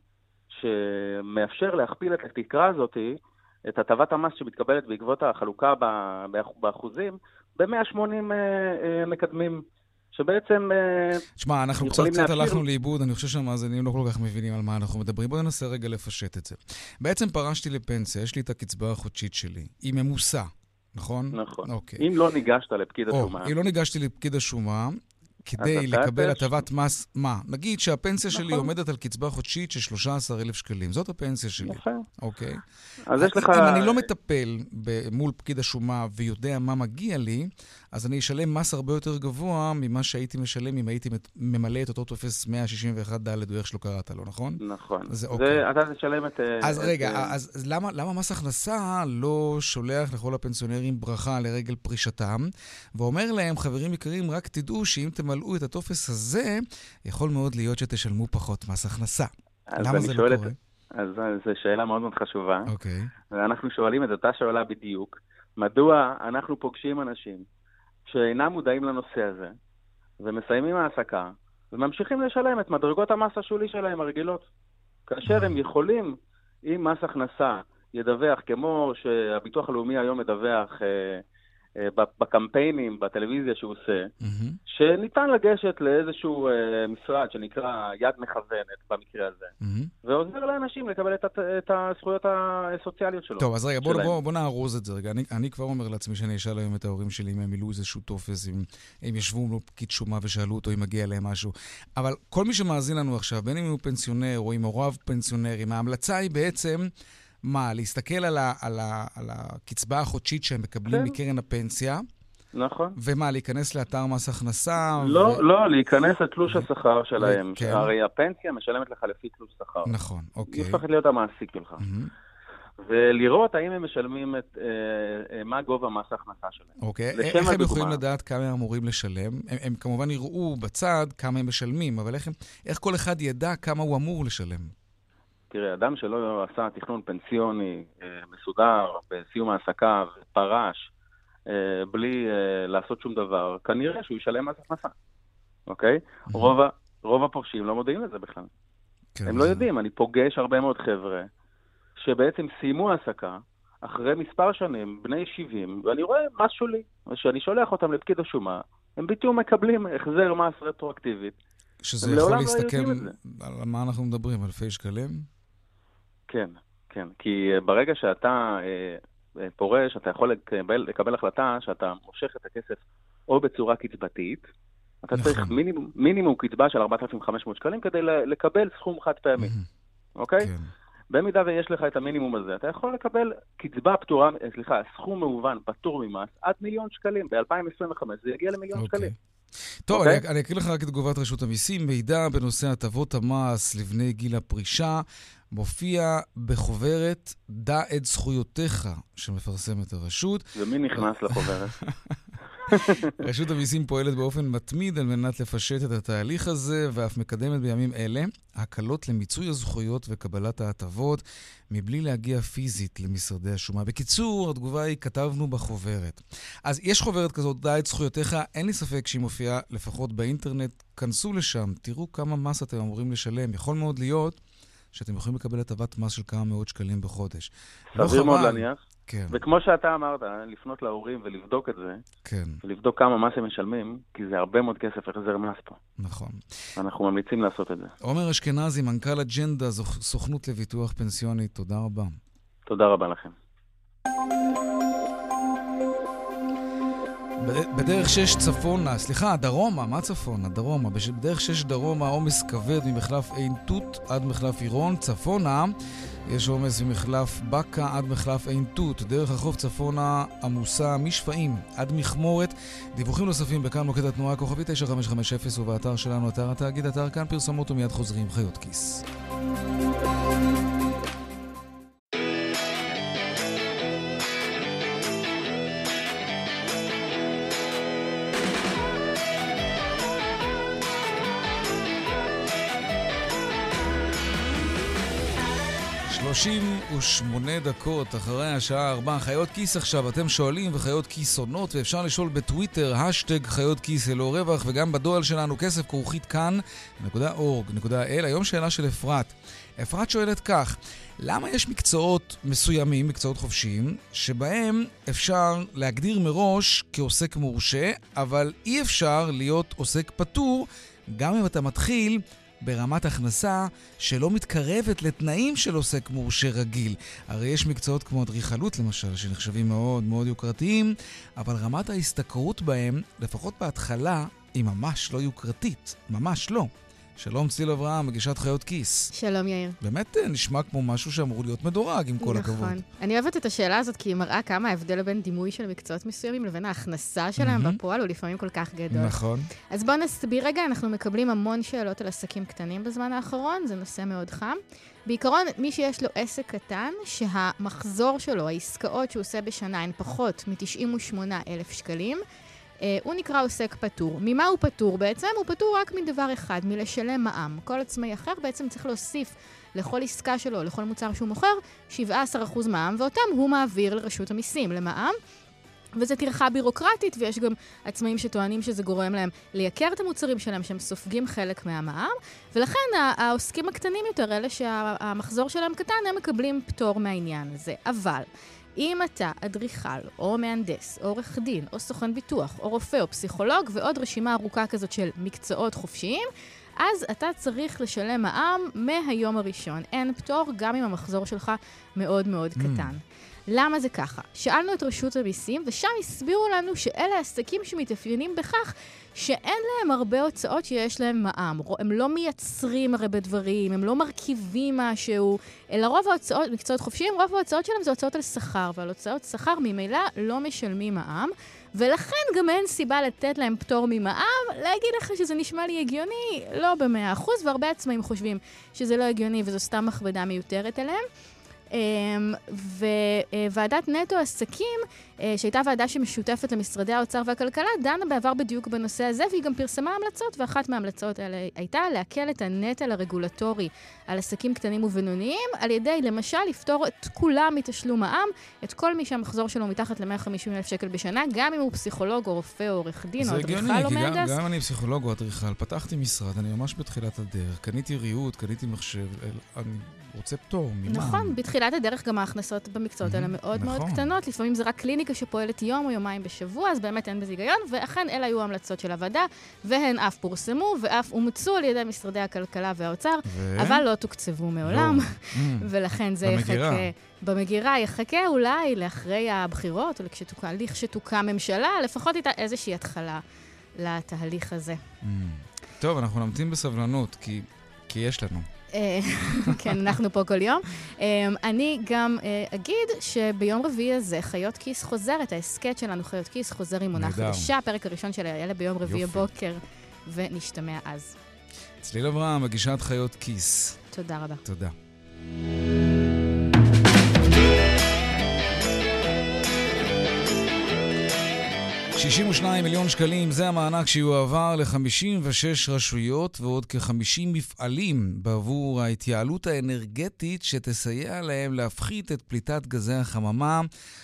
שמאפשר להכפיל את התקרה הזאת, את הטבת המס שמתקבלת בעקבות החלוקה באחוזים, ב-מאה ושמונים מקדמים. שבעצם... תשמע, אנחנו קצת קצת הלכנו לאיבוד, אני חושב שהמאזינים לא כל כך מבינים על מה אנחנו מדברים. בואו ננסה רגע לפשט את זה. בעצם פרשתי לפנסיה, יש לי את הקצבה החודשית שלי. היא ממוסה, נכון? נכון. אוקיי. אם לא ניגשת לפקיד השומה... אם לא ניגשתי לפקיד השומה, כדי לקבל הטבת מס, מה? נגיד שהפנסיה שלי עומדת על קצבה חודשית של שלושה עשר אלף שקלים. זאת הפנסיה שלי. נכון. אוקיי. אז יש לך... אם אני לא מטפל מול פקיד השומה ויודע מה מגיע לי, אז אני אשלם מס הרבה יותר גבוה ממה שהייתי משלם אם הייתי ממלא את אותו טופס מאה שישים ואחת ד' או איך שלא קראת לו, נכון? נכון. זה אוקיי. אתה תשלם את... אז רגע, אז למה, למה מס הכנסה לא שולח לכל הפנסיונרים ברכה לרגל פרישתם, ואומר להם, חברים יקרים, רק תדעו שאם תמלאו את הטופס הזה, יכול מאוד להיות שתשלמו פחות מס הכנסה. למה זה לא קורה? אז זו שאלה מאוד מאוד חשובה. אוקיי. ואנחנו שואלים את אותה שאלה בדיוק. מדוע אנחנו פוגשים אנשים שאינם מודעים לנושא הזה, ומסיימים העסקה, וממשיכים לשלם את מדרגות המס השולי שלהם הרגילות. כאשר הם יכולים, אם מס הכנסה ידווח, כמו שהביטוח הלאומי היום מדווח אה, אה, בקמפיינים, בטלוויזיה שהוא עושה, mm-hmm. שניתן לגשת לאיזשהו אה, משרד שנקרא יד מכוונת במקרה הזה, mm-hmm. ועוזר לאנשים לקבל את, את הזכויות הסוציאליות שלו. טוב, אז רגע, בוא, בוא, בוא נערוז את זה רגע. אני, אני כבר אומר לעצמי שאני אשאל היום את ההורים שלי אם הם מילאו איזשהו טופס, אם הם ישבו מול פקיד שומה ושאלו אותו אם מגיע להם משהו. אבל כל מי שמאזין לנו עכשיו, בין אם הוא פנסיונר או אם הוריו פנסיונרים, ההמלצה היא בעצם... מה, להסתכל על, ה, על, ה, על הקצבה החודשית שהם מקבלים כן. מקרן הפנסיה? נכון. ומה, להיכנס לאתר מס הכנסה? לא, ו... לא, להיכנס לתלוש השכר שלהם. כן. הרי הפנסיה משלמת לך לפי תלוש שכר. נכון, אוקיי. היא הופכת להיות המעסיק שלך. Mm-hmm. ולראות האם הם משלמים את, אה, אה, מה גובה מס ההכנסה שלהם. אוקיי, איך הדוגמה... הם יכולים לדעת כמה הם אמורים לשלם? הם, הם כמובן יראו בצד כמה הם משלמים, אבל איך, הם, איך כל אחד ידע כמה הוא אמור לשלם? תראה, אדם שלא עשה תכנון פנסיוני מסודר בסיום העסקה ופרש בלי לעשות שום דבר, כנראה שהוא ישלם מס הכנסה. אוקיי? רוב, רוב הפורשים לא מודעים לזה בכלל. הם לא יודעים. אני פוגש הרבה מאוד חבר'ה שבעצם סיימו העסקה אחרי מספר שנים, בני שבעים, ואני רואה מס שולי. ושאני שולח אותם לפקיד השומה, הם ביטום מקבלים החזר מס רטרואקטיבית. שזה יכול להסתכם על מה אנחנו מדברים, אלפי שקלים? כן, כן. כי ברגע שאתה אה, פורש, אתה יכול לקבל, לקבל החלטה שאתה מושך את הכסף או בצורה קצבתית, אתה נכון. צריך מינימום, מינימום קצבה של ארבעת אלפים וחמש מאות שקלים כדי לקבל סכום חד פעמי. Mm-hmm. אוקיי? כן. במידה ויש לך את המינימום הזה, אתה יכול לקבל קצבה פטורה, סליחה, סכום מהוון, פטור ממס, עד מיליון שקלים. ב-אלפיים עשרים וחמש זה יגיע למיליון okay. שקלים. טוב, okay? אני, אני אקריא לך רק את תגובת רשות המיסים. מידע בנושא הטבות המס לבני גיל הפרישה מופיע בחוברת דע את זכויותיך שמפרסמת הרשות. ומי נכנס לחוברת? רשות המיסים פועלת באופן מתמיד על מנת לפשט את התהליך הזה, ואף מקדמת בימים אלה הקלות למיצוי הזכויות וקבלת ההטבות, מבלי להגיע פיזית למשרדי השומה. בקיצור, התגובה היא כתבנו בחוברת. אז יש חוברת כזאת, דע את זכויותיך, אין לי ספק שהיא מופיעה לפחות באינטרנט. כנסו לשם, תראו כמה מס אתם אמורים לשלם. יכול מאוד להיות שאתם יכולים לקבל הטבת מס של כמה מאות שקלים בחודש. סביר מאוד להניח. כן. וכמו שאתה אמרת, לפנות להורים ולבדוק את זה, כן. ולבדוק כמה מס הם משלמים, כי זה הרבה מאוד כסף החזר מס פה. נכון. אנחנו ממליצים לעשות את זה. עומר אשכנזי, מנכ"ל אג'נדה, סוכנות לביטוח פנסיוני, תודה רבה. תודה רבה לכם. בדרך שש צפונה, סליחה, דרומה, מה צפונה? דרומה. בדרך שש דרומה, עומס כבד ממחלף עין תות עד מחלף עירון. צפונה, יש עומס ממחלף בקה עד מחלף עין תות. דרך החוף צפונה עמוסה משפעים עד מכמורת. דיווחים נוספים בכאן מוקד התנועה כוכבי תשע חמש חמש אפס ובאתר שלנו, אתר התאגיד, אתר כאן פרסומות ומיד חוזרים חיות כיס. שלושים ושמונה דקות אחרי השעה ארבע. חיות כיס עכשיו, אתם שואלים וחיות כיס עונות, ואפשר לשאול בטוויטר, השטג חיות כיס ללא רווח, וגם בדואל שלנו כסף כרוכית כאן נקודה אורג נקודה אל. היום שאלה של אפרת. אפרת שואלת כך, למה יש מקצועות מסוימים, מקצועות חופשיים, שבהם אפשר להגדיר מראש כעוסק מורשה, אבל אי אפשר להיות עוסק פטור, גם אם אתה מתחיל ברמת הכנסה שלא מתקרבת לתנאים של עוסק מורשה רגיל. הרי יש מקצועות כמו אדריכלות למשל, שנחשבים מאוד מאוד יוקרתיים, אבל רמת ההשתכרות בהם, לפחות בהתחלה, היא ממש לא יוקרתית, ממש לא. שלום צליל אברהם, מגישת חיות כיס. שלום יאיר. באמת נשמע כמו משהו שאמור להיות מדורג, עם כל הכבוד. נכון. אני אוהבת את השאלה הזאת, כי היא מראה כמה ההבדל בין דימוי של מקצועות מסוימים לבין ההכנסה שלהם בפועל, הוא לפעמים כל כך גדול. נכון. אז בואו נסביר רגע, אנחנו מקבלים המון שאלות על עסקים קטנים בזמן האחרון, זה נושא מאוד חם. בעיקרון, מי שיש לו עסק קטן, שהמחזור שלו, העסקאות שהוא עושה בשנה, הן פחות מ-תשעים ושמונה אלף שקלים, Uh, הוא נקרא עוסק פטור. ממה הוא פטור בעצם? הוא פטור רק מדבר אחד, מלשלם מע"מ. כל עצמאי אחר בעצם צריך להוסיף לכל עסקה שלו, לכל מוצר שהוא מוכר, שבעה עשר אחוז מע"מ, ואותם הוא מעביר לרשות המיסים, למע"מ. וזה טרחה בירוקרטית, ויש גם עצמאים שטוענים שזה גורם להם לייקר את המוצרים שלהם, שהם סופגים חלק מהמע"מ, ולכן העוסקים הקטנים יותר, אלה שהמחזור שלהם קטן, הם מקבלים פטור מהעניין הזה. אבל אם אתה אדריכל, או מהנדס, או עורך דין, או סוכן ביטוח, או רופא, או פסיכולוג, ועוד רשימה ארוכה כזאת של מקצועות חופשיים, אז אתה צריך לשלם מע"מ מהיום הראשון. אין פטור, גם אם המחזור שלך מאוד מאוד קטן. למה זה ככה? שאלנו את רשות המיסים, ושם הסבירו לנו שאלה עסקים שמתאפיינים בכך שאין להם הרבה הוצאות שיש להם מע"מ. הם לא מייצרים הרבה דברים, הם לא מרכיבים משהו, אלא רוב ההוצאות, מקצועות חופשיים, רוב ההוצאות שלהם זה הוצאות על שכר, ועל הוצאות שכר ממילא לא משלמים מע"מ, ולכן גם אין סיבה לתת להם פטור ממע"מ. להגיד לך שזה נשמע לי הגיוני, לא במאה אחוז, והרבה עצמאים חושבים שזה לא הגיוני וזו סתם מכבדה מיותרת אליהם. וועדת נטו עסקים, שהייתה ועדה שמשותפת למשרדי האוצר והכלכלה, דנה בעבר בדיוק בנושא הזה, והיא גם פרסמה המלצות, ואחת מההמלצות האלה הייתה להקל את הנטל הרגולטורי על עסקים קטנים ובינוניים, על ידי למשל לפתור את כולם מתשלום מע"מ, את כל מי שהמחזור שלו מתחת ל-מאה וחמישים אלף שקל בשנה, גם אם הוא פסיכולוג או רופא או עורך דין או אדריכל או מהנדס. זה הגיוני, כי גם אני פסיכולוג או אדריכל, פתחתי משרד, אני ממש בתחילת הדרך, קניתי ריהוט, קניתי מחשב, אני רוצה פטור ממע"מ. נכון, בתחילת הדרך גם ההכנסות במקצועות האלה מאוד מאוד קטנות, לפעמים זה רק קליניקה שפועלת יום או יומיים בשבוע, אז באמת אין בזה היגיון, ואכן אלה היו ההמלצות של הוועדה, והן אף פורסמו ואף אומצו על ידי משרדי הכלכלה והאוצר, אבל לא תוקצבו מעולם, ולכן זה יחכה, במגירה יחכה אולי לאחרי הבחירות, או לכשתוקם ממשלה, לפחות הייתה איזושהי התחלה לתהליך הזה. טוב, אנחנו נמתין בסבלנות, כי יש לנו. כן, אנחנו פה כל יום. אני גם אגיד שביום רביעי הזה חיות כיס חוזרת, ההסקט שלנו חיות כיס חוזר עם עונה חדשה, הפרק הראשון שלה יעלה ביום רביעי הבוקר, ונשתמע אז. צליל אברהם, מגישת חיות כיס. תודה רבה. תודה. שישים ושניים מיליון שקלים, זה המענק שיועבר ל-חמישים ושש רשויות ועוד כ-חמישים מפעלים בעבור ההתייעלות האנרגטית שתסייע להם להפחית את פליטת גזי החממה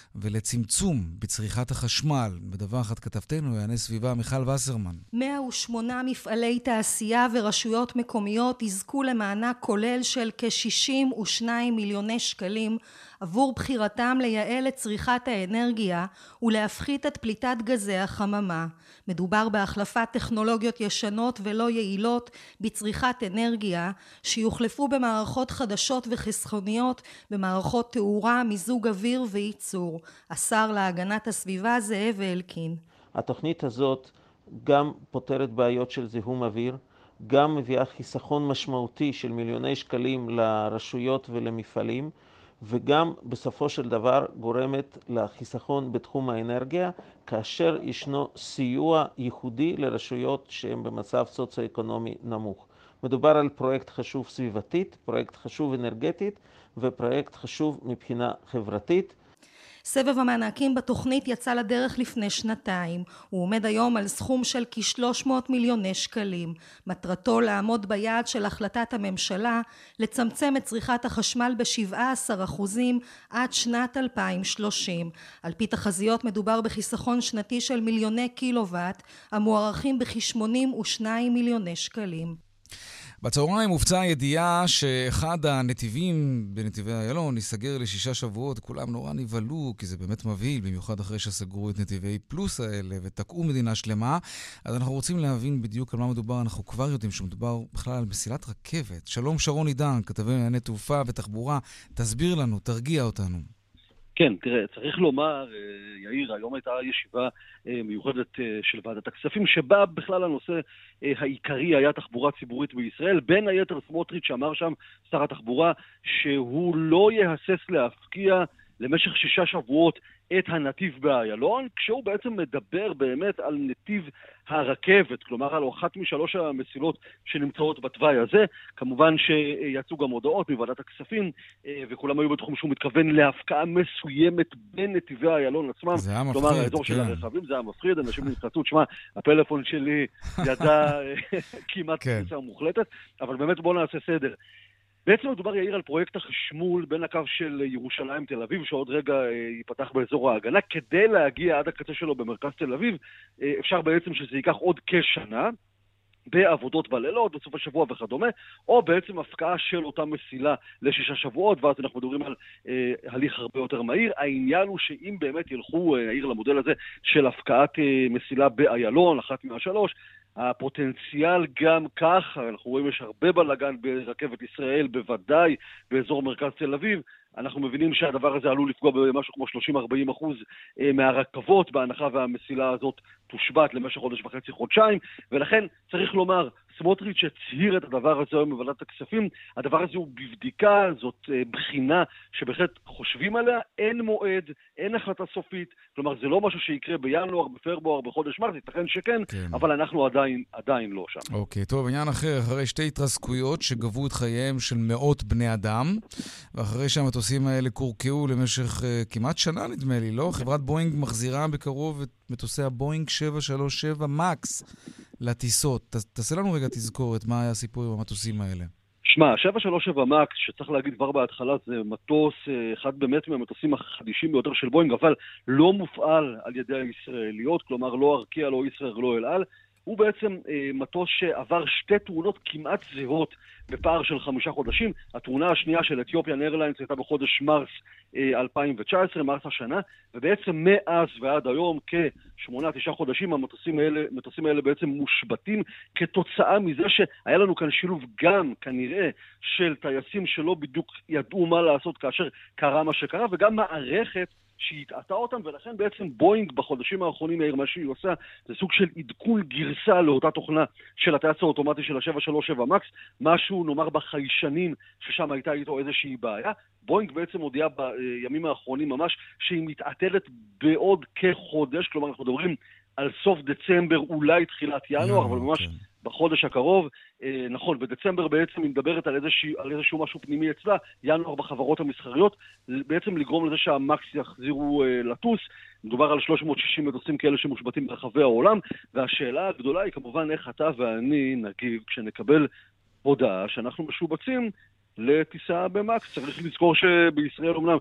ולצמצום בצריכת החשמל. בדווחת כתבתנו יעני סביבה מיכל וסרמן. מאה ושמונה מפעלי תעשייה ורשויות מקומיות יזכו למענק כולל של כ-שישים ושניים מיליוני שקלים עבור בחירתם לייעל את צריכת האנרגיה ולהפחית את פליטת גזי החממה. מדובר בהחלפת טכנולוגיות ישנות ולא יעילות בצריכת אנרגיה שיוחלפו במערכות חדשות וחסכוניות, במערכות תאורה, מיזוג אוויר וייצור. השר להגנת הסביבה זאב אלקין. התוכנית הזאת גם פותרת בעיות של זיהום אוויר, גם מביאה חיסכון משמעותי של מיליוני שקלים לרשויות ולמפעלים, וגם בסופו של דבר גורמת לחיסכון בתחום האנרגיה, כאשר ישנו סיוע ייחודי לרשויות שהן במצב סוציו-אקונומי נמוך. מדובר על פרויקט חשוב סביבתית, פרויקט חשוב אנרגטית ופרויקט חשוב מבחינה חברתית. סבב המענקים בתוכנית יצא לדרך לפני שנתיים. הוא עומד היום על סכום של כ-שלוש מאות מיליוני שקלים. מטרתו לעמוד ביעד של החלטת הממשלה לצמצם את צריכת החשמל ב-שבעה עשר אחוזים עד שנת אלפיים ושלושים. על פי תחזיות מדובר בחיסכון שנתי של מיליוני קילוואט, המוערכים בכ-שמונים ושניים מיליוני שקלים. בצהריים הופצה הידיעה שאחד הנתיבים בנתיבי איילון ייסגר לשישה שבועות. כולם נורא נבהלו, כי זה באמת מבהיל, במיוחד אחרי שסגרו את נתיבי פלוס האלה ותקעו מדינה שלמה. אז אנחנו רוצים להבין בדיוק על מה מדובר. אנחנו כבר יודעים שמדובר בכלל על מסילת רכבת. שלום שרון עידן, כתבי לענייני תעופה ותחבורה. תסביר לנו, תרגיע אותנו. כן, תראה, צריך לומר, יאיר, היום הייתה ישיבה מיוחדת של ועדת הכספים, שבה בכלל הנושא העיקרי היה תחבורה ציבורית בישראל. בין היתר סמוטריץ' שאמר שם, שר התחבורה, שהוא לא יהסס להפקיע למשך שישה שבועות את הנתיב באיילון, כשהוא בעצם מדבר באמת על נתיב הרכבת, כלומר על אחת משלוש המסילות שנמצאות בתוואי הזה. כמובן שיצאו גם הודעות מוועדת הכספים, וכולם היו בתחום שהוא מתכוון להפקעה מסוימת בין נתיבי האיילון עצמם. זה היה מפחיד, כלומר, האזור כן. של הרכבים, זה היה מפחיד, אנשים נתחצו, תשמע, הפלאפון שלי ידע כמעט כן. כניסה מוחלטת, אבל באמת בואו נעשה סדר. בעצם מדובר יאיר על פרויקט החשמול בין הקו של ירושלים תל אביב, שעוד רגע ייפתח באזור ההגנה, כדי להגיע עד הקצה שלו במרכז תל אביב. אפשר בעצם שזה ייקח עוד כשנה, בעבודות בלילות, בסוף השבוע וכדומה, או בעצם הפקעה של אותה מסילה לשישה שבועות, ואז אנחנו מדברים על אה, הליך הרבה יותר מהיר. העניין הוא שאם באמת ילכו העיר אה, למודל הזה של הפקעת אה, מסילה באיילון, אחת מהשלוש, הפוטנציאל גם כך, אנחנו רואים יש הרבה בלגן ברכבת ישראל, בוודאי באזור מרכז תל אביב, אנחנו מבינים שהדבר הזה עלול לפגוע במשהו כמו שלושים עד ארבעים אחוז מהרכבות, בהנחה והמסילה הזאת תושבת למשך חודש וחצי, חודשיים, ולכן צריך לומר, סמוטריץ' הצהיר את הדבר הזה היום בוועדת הכספים, הדבר הזה הוא בבדיקה, זאת בחינה שבהחלט חושבים עליה, אין מועד, אין החלטה סופית, כלומר זה לא משהו שיקרה בינואר, בפברואר, בחודש מרץ, ייתכן שכן, כן. אבל אנחנו עדיין, עדיין לא שם. אוקיי, טוב, עניין אחר, אחרי שתי התרסקויות שגבו את חייהם של מאות בני אדם, ואחרי שהמטוסים האלה קורקעו למשך uh, כמעט שנה נדמה לי, לא? חברת בואינג מחזירה בקרוב את מטוסי הבואינג שבע שלוש שבע מקס לטיסות. ת, תעשה לנו רגע תזכורת מה היה הסיפור עם המטוסים האלה. שמע, שבע שלוש שבע מקס, שצריך להגיד כבר בהתחלה, זה מטוס, אחד באמת מהמטוסים החדישים ביותר של בואינג, אבל לא מופעל על ידי הישראליות, כלומר לא ארקיע, לא ישראייר, לא אל על. הוא בעצם אה, מטוס שעבר שתי תאונות כמעט זהות בפער של חמישה חודשים. התאונה השנייה של אתיופיאן איירליינס הייתה בחודש מרס אה, אלפיים תשע עשרה, מרס השנה, ובעצם מאז ועד היום כשמונה, תשעה חודשים המטוסים האלה, המטוסים האלה בעצם מושבתים כתוצאה מזה שהיה לנו כאן שילוב גם כנראה של טייסים שלא בדיוק ידעו מה לעשות כאשר קרה מה שקרה, וגם מערכת שהתעתה אותם, ולכן בעצם בואינג בחודשים האחרונים, מה שהיא עושה, זה סוג של עדכון גרסה לאותה תוכנה של הטייס האוטומטי של ה-שבע שלוש שבע מקס, משהו נאמר בחיישנים ששם הייתה איתו איזושהי בעיה. בואינג בעצם הודיעה בימים האחרונים ממש שהיא מתעתדת בעוד כחודש, כלומר אנחנו מדברים על סוף דצמבר, אולי תחילת ינואר, אבל ממש בחודש הקרוב, אה, נכון, בדצמבר בעצם היא מדברת על איזשהו, על איזשהו משהו פנימי אצלה, ינואר בחברות המסחריות, בעצם לגרום לזה שהמקס יחזירו אה, לטוס. מדובר על שלוש מאות ושישים מטוסים כאלה שמושבתים ברחבי העולם, והשאלה הגדולה היא כמובן איך אתה ואני נגיב כשנקבל הודעה שאנחנו משובצים לטיסה במקס. צריך לזכור שבישראל אומנם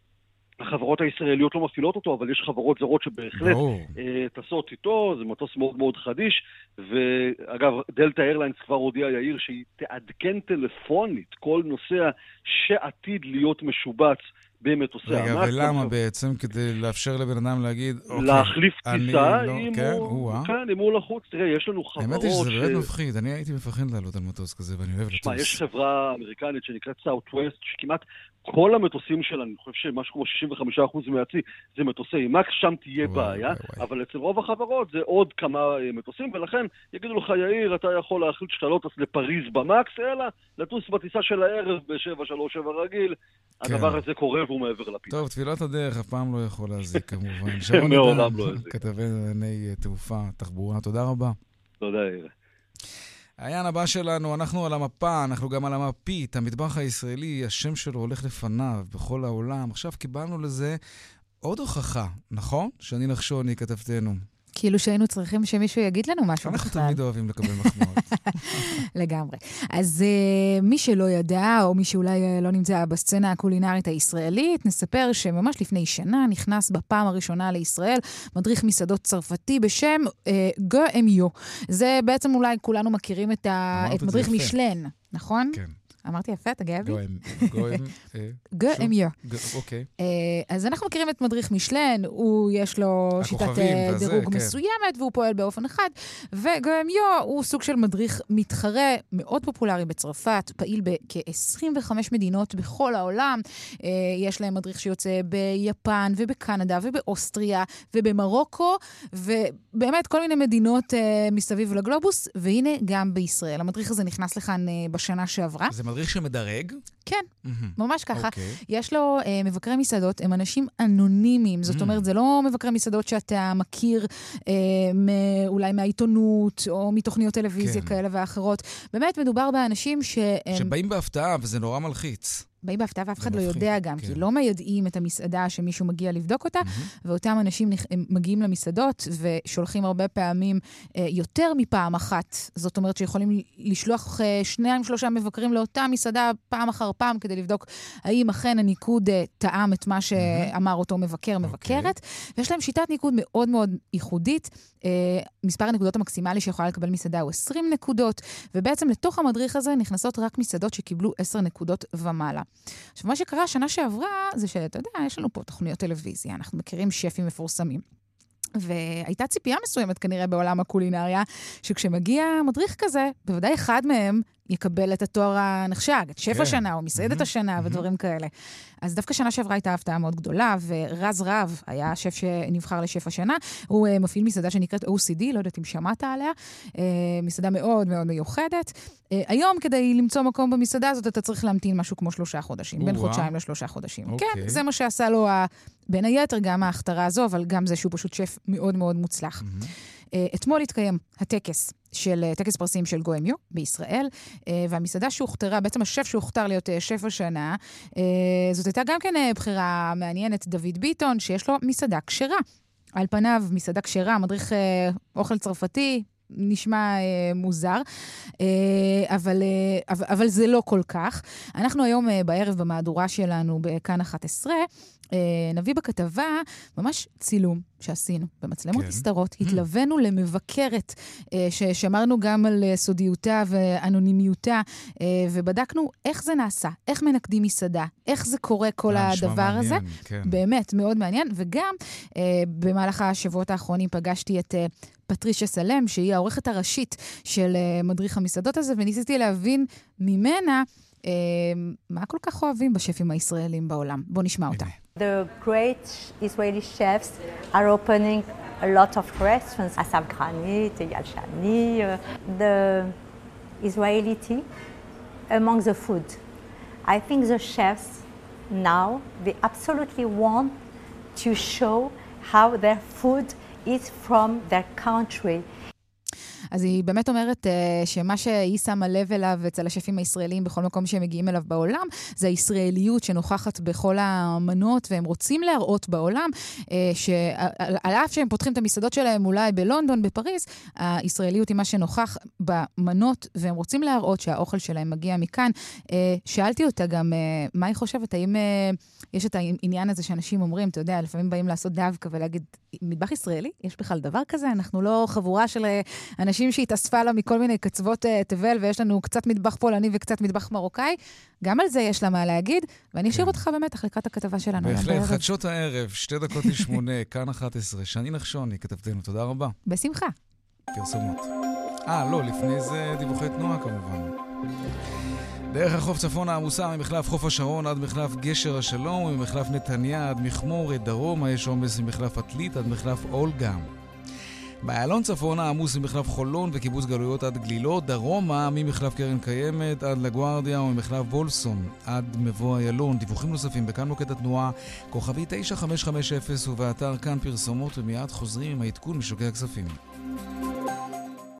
החברות הישראליות לא מפעילות אותו, אבל יש חברות זרות שבהחלט אה, טסות איתו, זה מטוס מאוד מאוד חדיש, ואגב, דלטה איירליינס כבר הודיע יאיר שהיא תעדכן טלפונית כל נוסע שעתיד להיות משובץ במטוסי המקס. רגע, ולמה בעצם? כדי לאפשר לבן אדם להגיד, להחליף טיסה, לא, אם כן, הוא, כן, אם הוא לחוץ. תראה, יש לנו חברות... האמת היא שזה באמת מפחיד, אני הייתי מפחד לעלות על מטוס כזה, ואני אוהב לטוס. יש חברה אמריקנית שנקראת Southwest, שכמעט כל המטוסים שלה, אני חושב שמשהו כמו שישים וחמישה אחוז מהצי, זה מטוסי מקס, שם תהיה בעיה, אבל אצל רוב החברות זה עוד כמה מטוסים, ולכן יגידו לך, יאיר, אתה יכול להחליט שאתה לא טס לפריז במקס, אלא לטוס בטיסה של הערב ב-שבע שלוש שבע רגיל. הדבר הזה קורה והוא מעבר לפינה. טוב, תפילת הדרך אף פעם לא יכול להזיק כמובן. מעולם לא יזיק. כתבי ענייני תעופה, תחבורה, תודה רבה. תודה, יאיר. העניין הבא שלנו, אנחנו על המפה, אנחנו גם על המפית. המטבח הישראלי, השם שלו הולך לפניו בכל העולם. עכשיו קיבלנו לזה עוד הוכחה, נכון? שאני נחשוני כתבתנו. כאילו שהיינו צריכים שמישהו יגיד לנו משהו. אנחנו תמיד אוהבים לקבל מחמאות. לגמרי. אז uh, מי שלא ידע, או מי שאולי uh, לא נמצא בסצנה הקולינרית הישראלית, נספר שממש לפני שנה נכנס בפעם הראשונה לישראל מדריך מסעדות צרפתי בשם גו אמיו. זה בעצם אולי כולנו מכירים את, ה... את מדריך משלן, נכון? כן. אמרתי יפה, אתה גאה בי? גוהם. גוהם יו. אוקיי. אז אנחנו מכירים את מדריך משלן, הוא יש לו שיטת דירוג מסוימת, והוא פועל באופן אחד, וגוהם יו הוא סוג של מדריך מתחרה, מאוד פופולרי בצרפת, פעיל בכ-עשרים וחמש מדינות בכל העולם. יש להם מדריך שיוצא ביפן ובקנדה ובאוסטריה ובמרוקו, ובאמת כל מיני מדינות מסביב לגלובוס, והנה גם בישראל. המדריך הזה נכנס לכאן בשנה שעברה. זה מדריך שמדרג? כן, ממש ככה. יש לו מבקרי מסעדות, הם אנשים אנונימיים, זאת אומרת, זה לא מבקרי מסעדות שאתה מכיר אולי מהעיתונות, או מתוכניות טלוויזיה כאלה ואחרות. באמת מדובר באנשים ש... שבאים בהפתעה, וזה נורא מלחיץ. באים בהפתעה ואף אחד לא יודע גם, כי לא מיידעים את המסעדה שמישהו מגיע לבדוק אותה, ואותם אנשים מגיעים למסעדות ושולחים הרבה פעמים יותר מפעם אחת. זאת אומרת שיכולים לשלוח שניים שלושה מבקרים לאותה מסעדה פעם אחר פעם כדי לבדוק האם אכן הניקוד טעם את מה שאמר אותו מבקר מבקרת. ויש להם שיטת ניקוד מאוד מאוד ייחודית. מספר הנקודות המקסימלי שיכולה לקבל מסעדה הוא עשרים נקודות, ובעצם לתוך המדריך הזה נכנסות רק מסעדות שקיבלו עשר נקודות ומעלה. עכשיו, מה שקרה שנה שעברה זה שאתה יודע, יש לנו פה תוכניות טלוויזיה, אנחנו מכירים שפים מפורסמים. והייתה ציפייה מסוימת כנראה בעולם הקולינריה, שכשמגיע מדריך כזה, בוודאי אחד מהם יקבל את התואר הנחשג, את שף השנה או מסעדת השנה ודברים כאלה. אז דווקא שנה שעברה הייתה הפתעה מאוד גדולה, ורז רב היה שף שנבחר לשף השנה, הוא מפעיל מסעדה שנקראת או סי די, לא יודעת אם שמעת עליה, מסעדה מאוד מאוד מיוחדת. היום כדי למצוא מקום במסעדה הזאת, אתה צריך להמתין משהו כמו שלושה חודשים, בין חודשיים לשלושה חודשים. כן, זה מה שעשה לו בין היתר גם ההכתרה הזו, אבל גם זה שהוא פשוט שף מאוד מאוד מוצלח. אתמול התקיים הטקס של טקס פרסים של גוהם יו בישראל, והמסעדה שהוכתרה, בעצם השף שהוכתר להיות שף השנה, זאת הייתה גם כן בחירה מעניינת, דוד ביטון, שיש לו מסעדה כשרה. על פניו, מסעדה כשרה, מדריך אוכל צרפתי, נשמע מוזר, אבל, אבל זה לא כל כך. אנחנו היום בערב במהדורה שלנו בכאן אחת עשרה, נביא בכתבה ממש צילום שעשינו במצלמות הסתרות, התלווינו למבקרת ששמרנו גם על סודיותה ואנונימיותה, ובדקנו איך זה נעשה, איך מנקדים מסעדה, איך זה קורה כל הדבר הזה. באמת, מאוד מעניין. וגם במהלך השבועות האחרונים פגשתי את פטרישיה סלם, שהיא העורכת הראשית של מדריך המסעדות הזה, וניסיתי להבין ממנה מה כל כך אוהבים בשפים הישראלים בעולם. בוא נשמע אותה. The great Israeli chefs are opening a lot of restaurants. Asaf Granit, Eyal Shani, the Israelity among the food. I think the chefs now, they absolutely want to show how their food is from their country. אז היא באמת אומרת uh, שמה שהיא שמה לב אליו אצל השפים הישראלים בכל מקום שהם מגיעים אליו בעולם, זה הישראליות שנוכחת בכל המנות, והם רוצים להראות בעולם, uh, שעל אף שהם פותחים את המסעדות שלהם אולי בלונדון, בפריז, הישראליות היא מה שנוכח במנות, והם רוצים להראות שהאוכל שלהם מגיע מכאן. Uh, שאלתי אותה גם, uh, מה היא חושבת? האם uh, יש את העניין הזה שאנשים אומרים, אתה יודע, לפעמים באים לעשות דווקא ולהגיד, מטבח ישראלי? יש בכלל דבר כזה? אנחנו לא חבורה של אנשים שהתאספה לה מכל מיני קצוות תבל, ויש לנו קצת מטבח פולני וקצת מטבח מרוקאי. גם על זה יש לה מה להגיד, ואני אשאיר אותך באמת לקראת הכתבה שלנו. בהחלט, חדשות הערב, שתי דקות לשמונה, כאן אחת עשרה. שני נחשוני, כתבתנו, תודה רבה. בשמחה. פרסומות. אה, לא, לפני זה דיווחי תנועה כמובן. דרך החוף צפון העמוסה ממחלף חוף השרון עד מחלף גשר השלום, וממחלף נתניה עד מכמורת דרומה, יש עומס ממחלף עתלית עד מחלף אולגה. באיילון צפון העמוס ממחלף חולון וקיבוץ גלויות עד גלילות, דרומה ממחלף קרן קיימת עד לגוארדיה וממחלף וולסון עד מבוא איילון. דיווחים נוספים בכאן מוקד התנועה, כוכבי תשע חמש חמש אפס ובאתר כאן פרסומות, ומיד חוזרים עם העדכון משוקי הכספים.